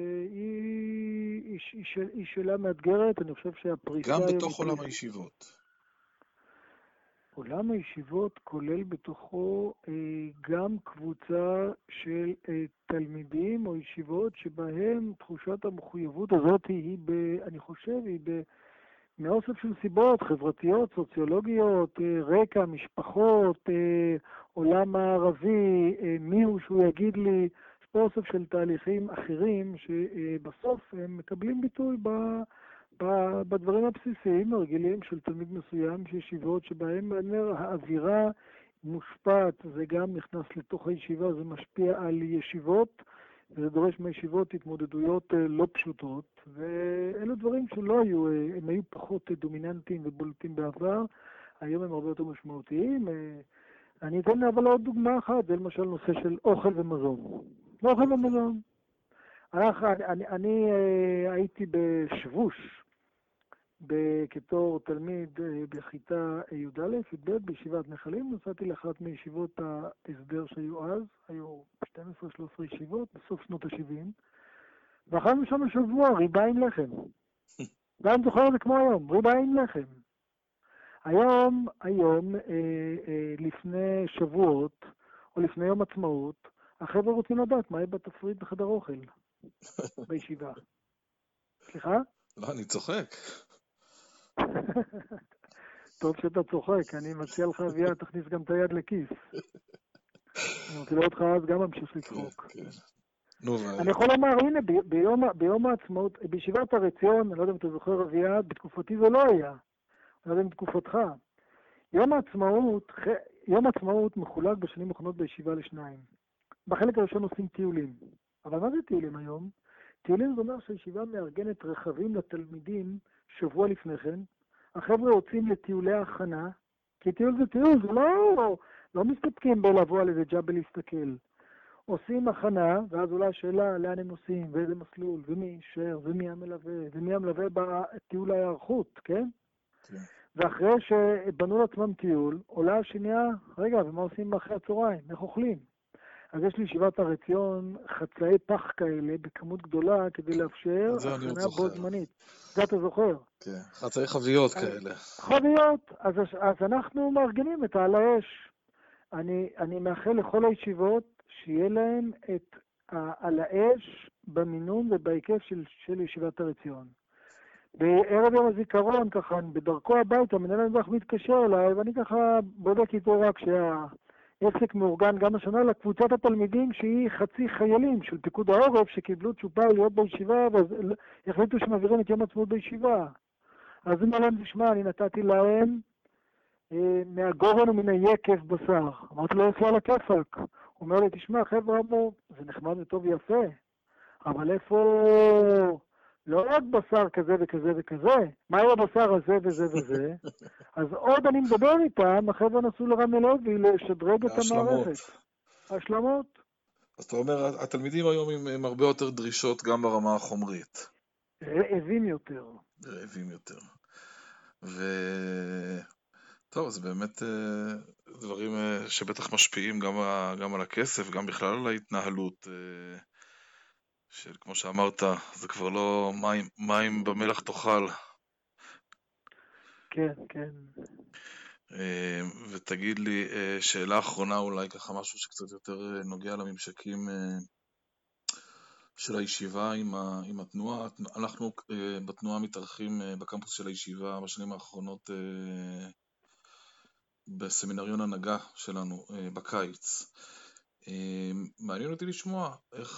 היא שאלה מאתגרת. אני חושב שהפריסה... גם בתוך עולם הישיבות. עולם הישיבות כולל בתוכו גם קבוצה של תלמידים או ישיבות שבהם תחושת המחויבות הזאת אני חושב, היא מאוסף של סיבות חברתיות, סוציולוגיות, רקע, משפחות, עולם הערבי, מיהו שהוא יגיד לי, יש פה אוסף של תהליכים אחרים שבסוף הם מקבלים ביטוי בדברים הבסיסיים הרגילים של תלמיד מסוים, שישיבות שבהם האווירה מושפעת, זה גם נכנס לתוך הישיבה, זה משפיע על ישיבות, וזה דורש מישיבות התמודדויות לא פשוטות, ואלו דברים שלא היו, הם היו פחות דומיננטיים ובולטים בעבר, היום הם הרבה יותר משמעותיים. אני אתן אבל עוד דוגמה אחת, זה למשל נושא של אוכל ומזון. אוכל ומזון. אני הייתי בשבוש, כתור תלמיד בכיתה י"א, י"ב, בישיבת נחלים, נסעתי לאחת מישיבות ההסדר שהיו אז, היו 12-13 ישיבות, בסוף שנות ה-70, ואכלנו שם שבוע ריבה עם לחם. ואני זוכר את זה כמו היום, ריבה עם לחם. היום, לפני שבועות, או לפני יום עצמאות, החבר'ה רוצים לדעת מה יהיה בתפריט בחדר אוכל, בישיבה. סליחה? לא, אני צוחק. טוב שאתה צוחק, אני מציע לך אביה, תכניס גם את היד לכיס. אני רוצה לראות לך אז גם ממשיך לצחוק. אני יכול לומר, הנה, ביום העצמאות, בישיבת הרציון, אני לא יודע אם אתה זוכר אביה, בתקופתי זה לא היה. אני לא יודע אם בתקופתך. יום העצמאות מחולק בשנים האחרונות בישיבה לשניים. בחלק הראשון עושים טיולים. אבל מה זה טיולים היום? טיולים זה אומר שהישיבה מארגנת רכבים לתלמידים שבוע לפני כן. החבר'ה יוצאים לטיולי ההכנה, כי טיול זה טיול, זה לא מסתפקים בלבוא על איזה ג'אבל להסתכל. עושים הכנה, ואז אולי השאלה לאן הם נוסעים, ואיזה מסלול, ומי יישאר, ומי המלווה בטיול ההיערכות, כן? כן. ואחרי שבנו לעצמם טיול, עולה השנייה, רגע, ומה עושים אחרי הצהריים? איך אוכלים? אז יש לי ישיבת הרציון חצאי פח כאלה בכמות גדולה כדי לאפשר הכנה בו זמנית. זה אתה זוכר? כן, חצאי חביות כאלה. חביות, אז אנחנו מארגנים את על האש. אני מאחל לכל הישיבות שיהיה להם את על האש במינון ובהיקף של ישיבת הרציון. בערב יום הזיכרון, ככה, בדרכו הביתה, מנהל המזרח מתקשר אליי, ואני ככה בודק איתו רק עסק מאורגן גם השנה לקבוצת התלמידים שהיא חצי חיילים של פיקוד העורף שקיבלו צ'ופר להיות בישיבה והחליטו שמעבירים את יום עצמאות בישיבה. אז הוא אומר להם, תשמע, אני נתתי להם מהגורן ומן היקף בשר. אמרתי לו, יש על הכיפק. הוא אומר לי, תשמע, חבר'ה, זה נחמד וטוב ויפה, אבל איפה לא רק בשר כזה וכזה וכזה, מה היה הבשר הזה וזה וזה? אז עוד אני מדבר איתם, החבר'ה נסו לרמי לוי לשדרג את המערכת. השלמות. אז אתה אומר, התלמידים היום עם הרבה יותר דרישות גם ברמה החומרית. רעבים יותר. טוב, אז באמת דברים שבטח משפיעים גם על הכסף, גם בכלל על ההתנהלות של, כמו שאמרת, זה כבר לא מים במלח תאכל. כן, כן. ותגיד לי, שאלה אחרונה אולי, ככה משהו שקצת יותר נוגע לממשקים של הישיבה עם התנועה. אנחנו בתנועה מתארחים בקמפוס של הישיבה בשנים האחרונות בסמינריון הנהגה שלנו בקיץ. מעניין אותי לשמוע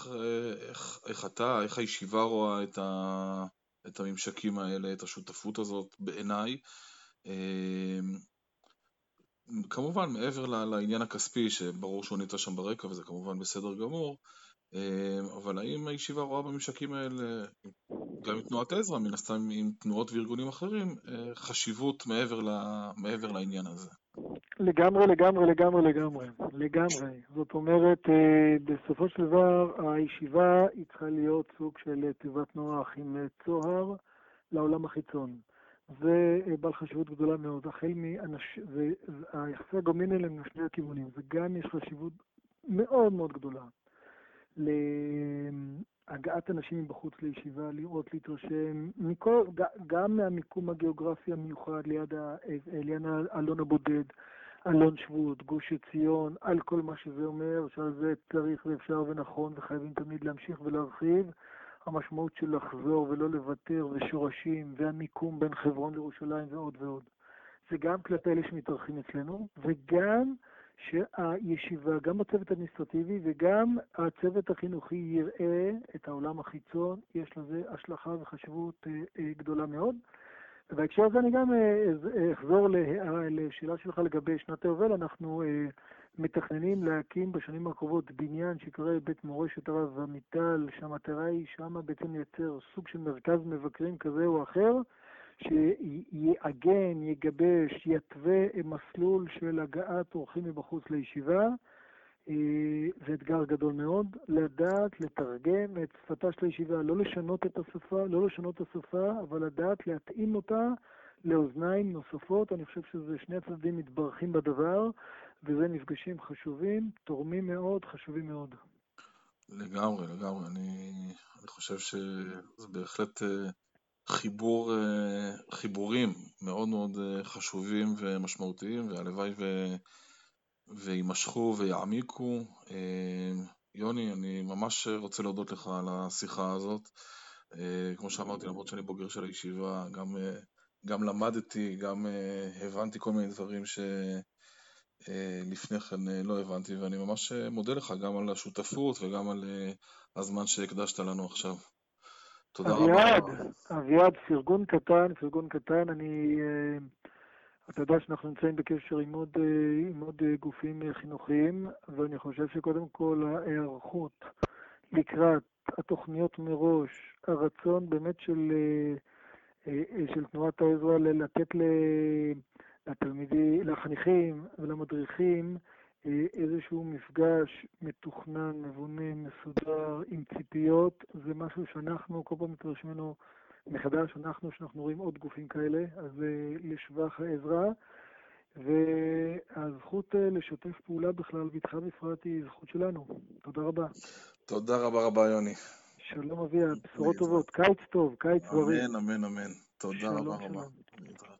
איך הישיבה רואה את הממשקים האלה, את השותפות הזאת בעיניי. כמובן מעבר לעניין הכספי שברור שהוא נמצא שם ברקע וזה כמובן בסדר גמור, אבל האם הישיבה רואה בממשקים האלה, גם עם תנועת עזרא, מן הסתם עם תנועות וארגונים אחרים, חשיבות מעבר לעניין הזה? לגמרי. זאת אומרת, בסופו של דבר, הישיבה היא צריכה להיות סוג של תיבת נוח עם צוהר לעולם החיצון. זה בעל חשיבות גדולה מאוד. החל היחסי הגומלין האלה הם לשני הכיוונים. וגם יש חשיבות מאוד מאוד גדולה להגעת אנשים מבחוץ לישיבה, לראות, להתרשם, גם מהמיקום הגיאוגרפי המיוחד ליד אלון הבודד, אלון שבות, גוש עציון, על כל מה שזה אומר, שעל זה צריך ואפשר ונכון וחייבים תמיד להמשיך ולהרחיב, המשמעות של לחזור ולא לוותר, ושורשים, והמיקום בין חברון לירושלים ועוד ועוד. זה גם כלפי אלה שמתארחים אצלנו, וגם שהישיבה, גם הצוות האדמיניסטרטיבי וגם הצוות החינוכי יראה את העולם החיצון, יש לזה השלכה וחשיבות גדולה מאוד. ובהקשר הזה אני גם אחזור לשאלה שלך לגבי שנת היובל. אנחנו מתכננים להקים בשנים הקרובות בניין שיקרא בית מורשת הרב עמיטל, שהמטרה היא שם בעצם לייצר סוג של מרכז מבקרים כזה או אחר, שיעגן, יגבש, יתווה מסלול של הגעת אורחים מבחוץ לישיבה. זה אתגר גדול מאוד, לדעת, לתרגם את שפתה של הישיבה, לא לשנות את השפה, אבל לדעת להתאים אותה לאוזניים נוספות. אני חושב שזה שני הצדדים מתברכים בדבר, וזה מפגשים חשובים, תורמים מאוד, חשובים מאוד. לגמרי. אני חושב שזה בהחלט חיבורים מאוד מאוד חשובים ומשמעותיים, והלוואי וימשכו ויעמיקו. יוני, אני ממש רוצה להודות לך על השיחה הזאת. כמו שאמרתי, למרות שאני בוגר של הישיבה, גם למדתי, גם הבנתי כל מיני דברים שלפני כן לא הבנתי, ואני ממש מודה לך גם על השותפות וגם על הזמן שהקדשת לנו עכשיו. תודה רבה. אביעד, פרגון קטן, אתה יודע שאנחנו נמצאים בקשר עם עוד גופים חינוכיים, ואני חושב שקודם כל ההיערכות לקראת התוכניות מראש, הרצון באמת של תנועת העזרה לתת לתלמידים, לחניכים ולמדריכים איזשהו מפגש מתוכנן, מבונה, מסודר, עם ציפיות. זה משהו שאנחנו כל פעם מתרשמים ממנו מחדש, שאנחנו רואים עוד גופים כאלה, אז לשבח העזרה, והזכות לשתף פעולה בכלל ואיתך בפרט היא זכות שלנו. תודה רבה. תודה רבה יוני. שלום אביעד, בשורות טובות, קיץ טוב, קיץ בריא. אמן. תודה רבה.